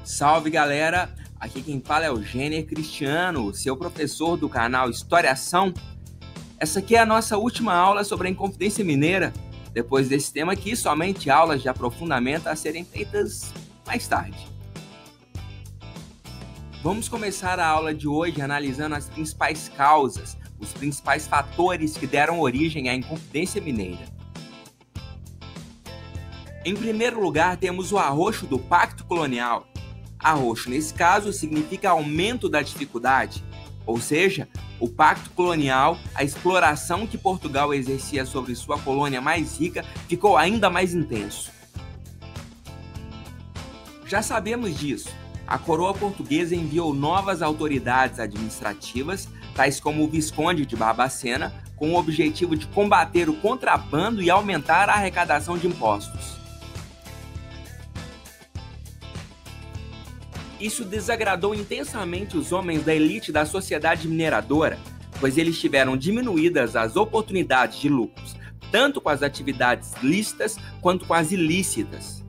Salve galera, aqui quem fala é o Gêner Cristiano, seu professor do canal Historiação. Essa aqui é a nossa última aula sobre a Inconfidência Mineira. Depois desse tema aqui, somente aulas de aprofundamento a serem feitas mais tarde. Vamos começar a aula de hoje analisando as principais causas, os principais fatores que deram origem à Inconfidência Mineira. Em primeiro lugar, temos o arroxo do Pacto Colonial. Arroxo, nesse caso, significa aumento da dificuldade, ou seja, o Pacto Colonial, a exploração que Portugal exercia sobre sua colônia mais rica, ficou ainda mais intenso. Já sabemos disso. A coroa portuguesa enviou novas autoridades administrativas, tais como o Visconde de Barbacena, com o objetivo de combater o contrabando e aumentar a arrecadação de impostos. Isso desagradou intensamente os homens da elite da sociedade mineradora, pois eles tiveram diminuídas as oportunidades de lucros, tanto com as atividades lícitas quanto com as ilícitas.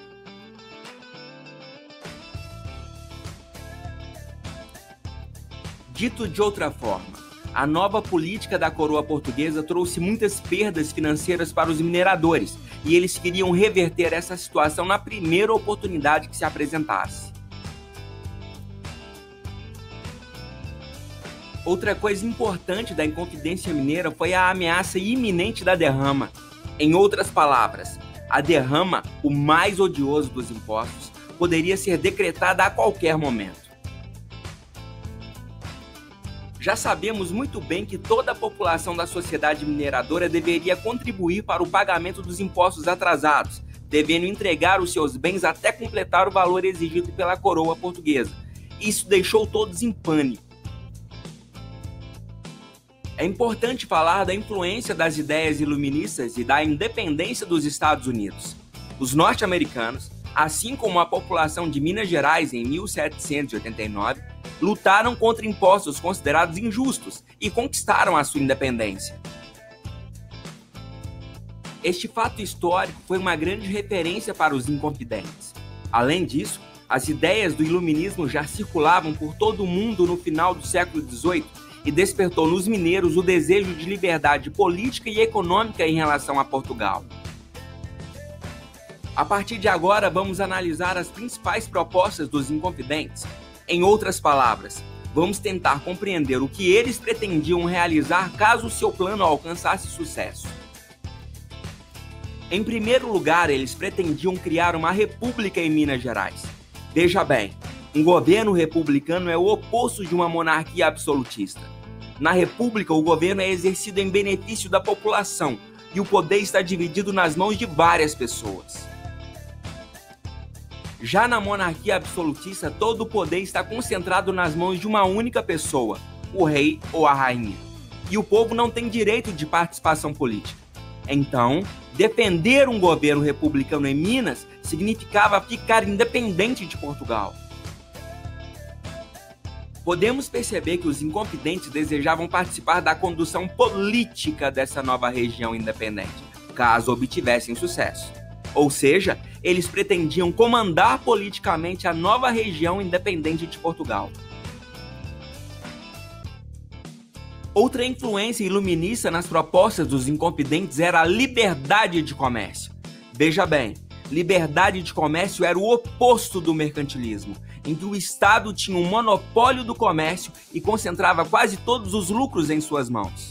Dito de outra forma, a nova política da coroa portuguesa trouxe muitas perdas financeiras para os mineradores, e eles queriam reverter essa situação na primeira oportunidade que se apresentasse. Outra coisa importante da Inconfidência Mineira foi a ameaça iminente da derrama. Em outras palavras, a derrama, o mais odioso dos impostos, poderia ser decretada a qualquer momento. Já sabemos muito bem que toda a população da sociedade mineradora deveria contribuir para o pagamento dos impostos atrasados, devendo entregar os seus bens até completar o valor exigido pela coroa portuguesa. Isso deixou todos em pânico. É importante falar da influência das ideias iluministas e da independência dos Estados Unidos. Os norte-americanos, assim como a população de Minas Gerais em 1789, lutaram contra impostos considerados injustos e conquistaram a sua independência. Este fato histórico foi uma grande referência para os inconfidentes. Além disso, as ideias do iluminismo já circulavam por todo o mundo no final do século XVIII, e despertou nos mineiros o desejo de liberdade política e econômica em relação a Portugal. A partir de agora, vamos analisar as principais propostas dos inconfidentes. Em outras palavras, vamos tentar compreender o que eles pretendiam realizar caso o seu plano alcançasse sucesso. Em primeiro lugar, eles pretendiam criar uma república em Minas Gerais. Veja bem, um governo republicano é o oposto de uma monarquia absolutista. Na república, o governo é exercido em benefício da população e o poder está dividido nas mãos de várias pessoas. Já na monarquia absolutista, todo o poder está concentrado nas mãos de uma única pessoa, o rei ou a rainha, e o povo não tem direito de participação política. Então, defender um governo republicano em Minas significava ficar independente de Portugal. Podemos perceber que os inconfidentes desejavam participar da condução política dessa nova região independente, caso obtivessem sucesso. Ou seja, eles pretendiam comandar politicamente a nova região independente de Portugal. Outra influência iluminista nas propostas dos inconfidentes era a liberdade de comércio. Veja bem, liberdade de comércio era o oposto do mercantilismo, em que o Estado tinha um monopólio do comércio e concentrava quase todos os lucros em suas mãos.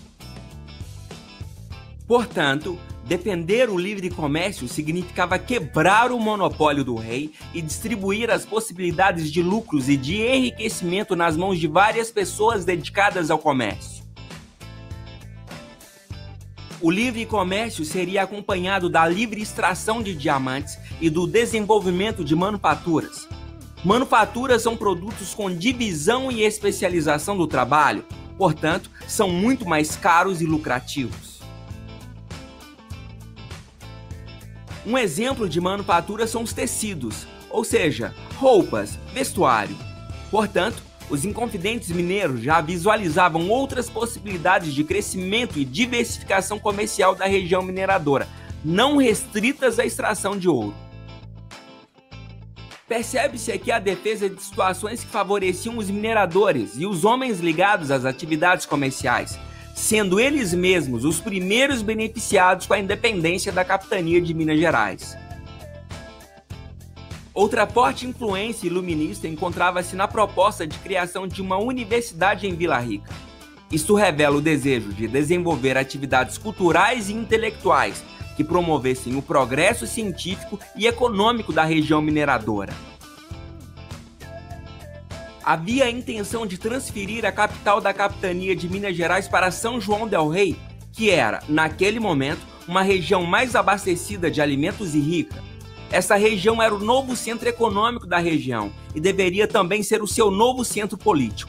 Portanto, defender o livre comércio significava quebrar o monopólio do rei e distribuir as possibilidades de lucros e de enriquecimento nas mãos de várias pessoas dedicadas ao comércio. O livre comércio seria acompanhado da livre extração de diamantes e do desenvolvimento de manufaturas. Manufaturas são produtos com divisão e especialização do trabalho, portanto, são muito mais caros e lucrativos. Um exemplo de manufatura são os tecidos, ou seja, roupas, vestuário. Portanto, os inconfidentes mineiros já visualizavam outras possibilidades de crescimento e diversificação comercial da região mineradora, não restritas à extração de ouro. Percebe-se aqui a defesa de situações que favoreciam os mineradores e os homens ligados às atividades comerciais, sendo eles mesmos os primeiros beneficiados com a independência da capitania de Minas Gerais. Outra forte influência iluminista encontrava-se na proposta de criação de uma universidade em Vila Rica. Isto revela o desejo de desenvolver atividades culturais e intelectuais que promovessem o progresso científico e econômico da região mineradora. Havia a intenção de transferir a capital da capitania de Minas Gerais para São João del Rei, que era, naquele momento, uma região mais abastecida de alimentos e rica. Essa região era o novo centro econômico da região e deveria também ser o seu novo centro político.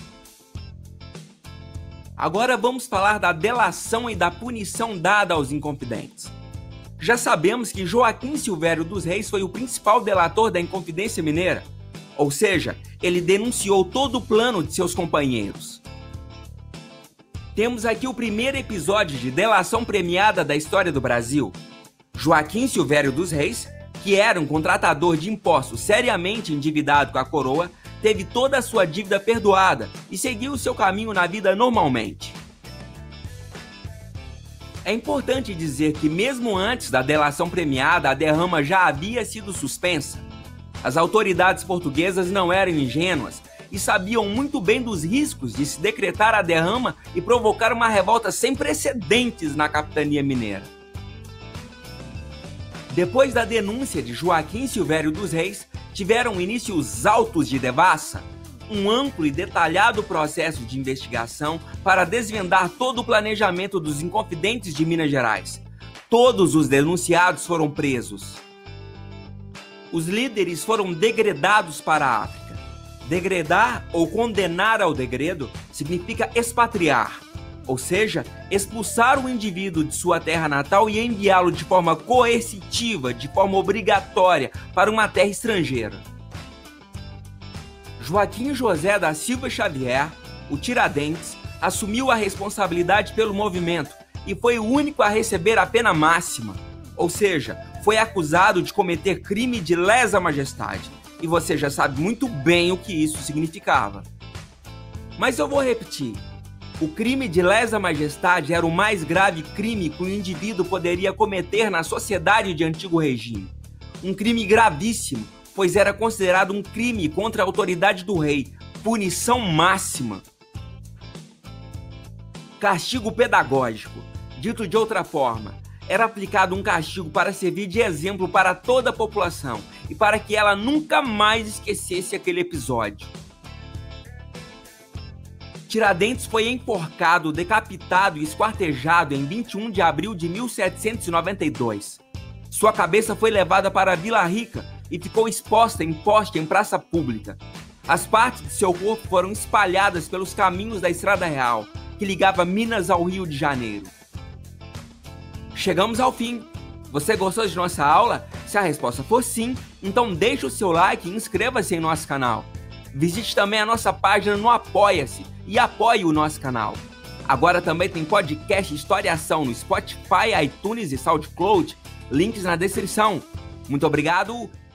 Agora vamos falar da delação e da punição dada aos inconfidentes. Já sabemos que Joaquim Silvério dos Reis foi o principal delator da Inconfidência Mineira, ou seja, ele denunciou todo o plano de seus companheiros. Temos aqui o primeiro episódio de delação premiada da história do Brasil. Joaquim Silvério dos Reis, que era um contratador de impostos seriamente endividado com a coroa, teve toda a sua dívida perdoada e seguiu o seu caminho na vida normalmente. É importante dizer que mesmo antes da delação premiada, a derrama já havia sido suspensa. As autoridades portuguesas não eram ingênuas e sabiam muito bem dos riscos de se decretar a derrama e provocar uma revolta sem precedentes na capitania mineira. Depois da denúncia de Joaquim Silvério dos Reis, tiveram início os autos de devassa, um amplo e detalhado processo de investigação para desvendar todo o planejamento dos inconfidentes de Minas Gerais. Todos os denunciados foram presos. Os líderes foram degredados para a África. Degredar ou condenar ao degredo significa expatriar, ou seja, expulsar o indivíduo de sua terra natal e enviá-lo de forma coercitiva, de forma obrigatória, para uma terra estrangeira. Joaquim José da Silva Xavier, o Tiradentes, assumiu a responsabilidade pelo movimento e foi o único a receber a pena máxima, ou seja, foi acusado de cometer crime de lesa majestade, e você já sabe muito bem o que isso significava. Mas eu vou repetir. O crime de lesa majestade era o mais grave crime que um indivíduo poderia cometer na sociedade de antigo regime. Um crime gravíssimo, pois era considerado um crime contra a autoridade do rei, punição máxima. Castigo pedagógico. Dito de outra forma, era aplicado um castigo para servir de exemplo para toda a população e para que ela nunca mais esquecesse aquele episódio. Tiradentes foi enforcado, decapitado e esquartejado em 21 de abril de 1792. Sua cabeça foi levada para Vila Rica e ficou exposta em poste em praça pública. As partes de seu corpo foram espalhadas pelos caminhos da Estrada Real, que ligava Minas ao Rio de Janeiro. Chegamos ao fim. Você gostou de nossa aula? Se a resposta for sim, então deixe o seu like e inscreva-se em nosso canal. Visite também a nossa página no Apoia-se e apoie o nosso canal. Agora também tem podcast Historiação no Spotify, iTunes e SoundCloud. Links na descrição. Muito obrigado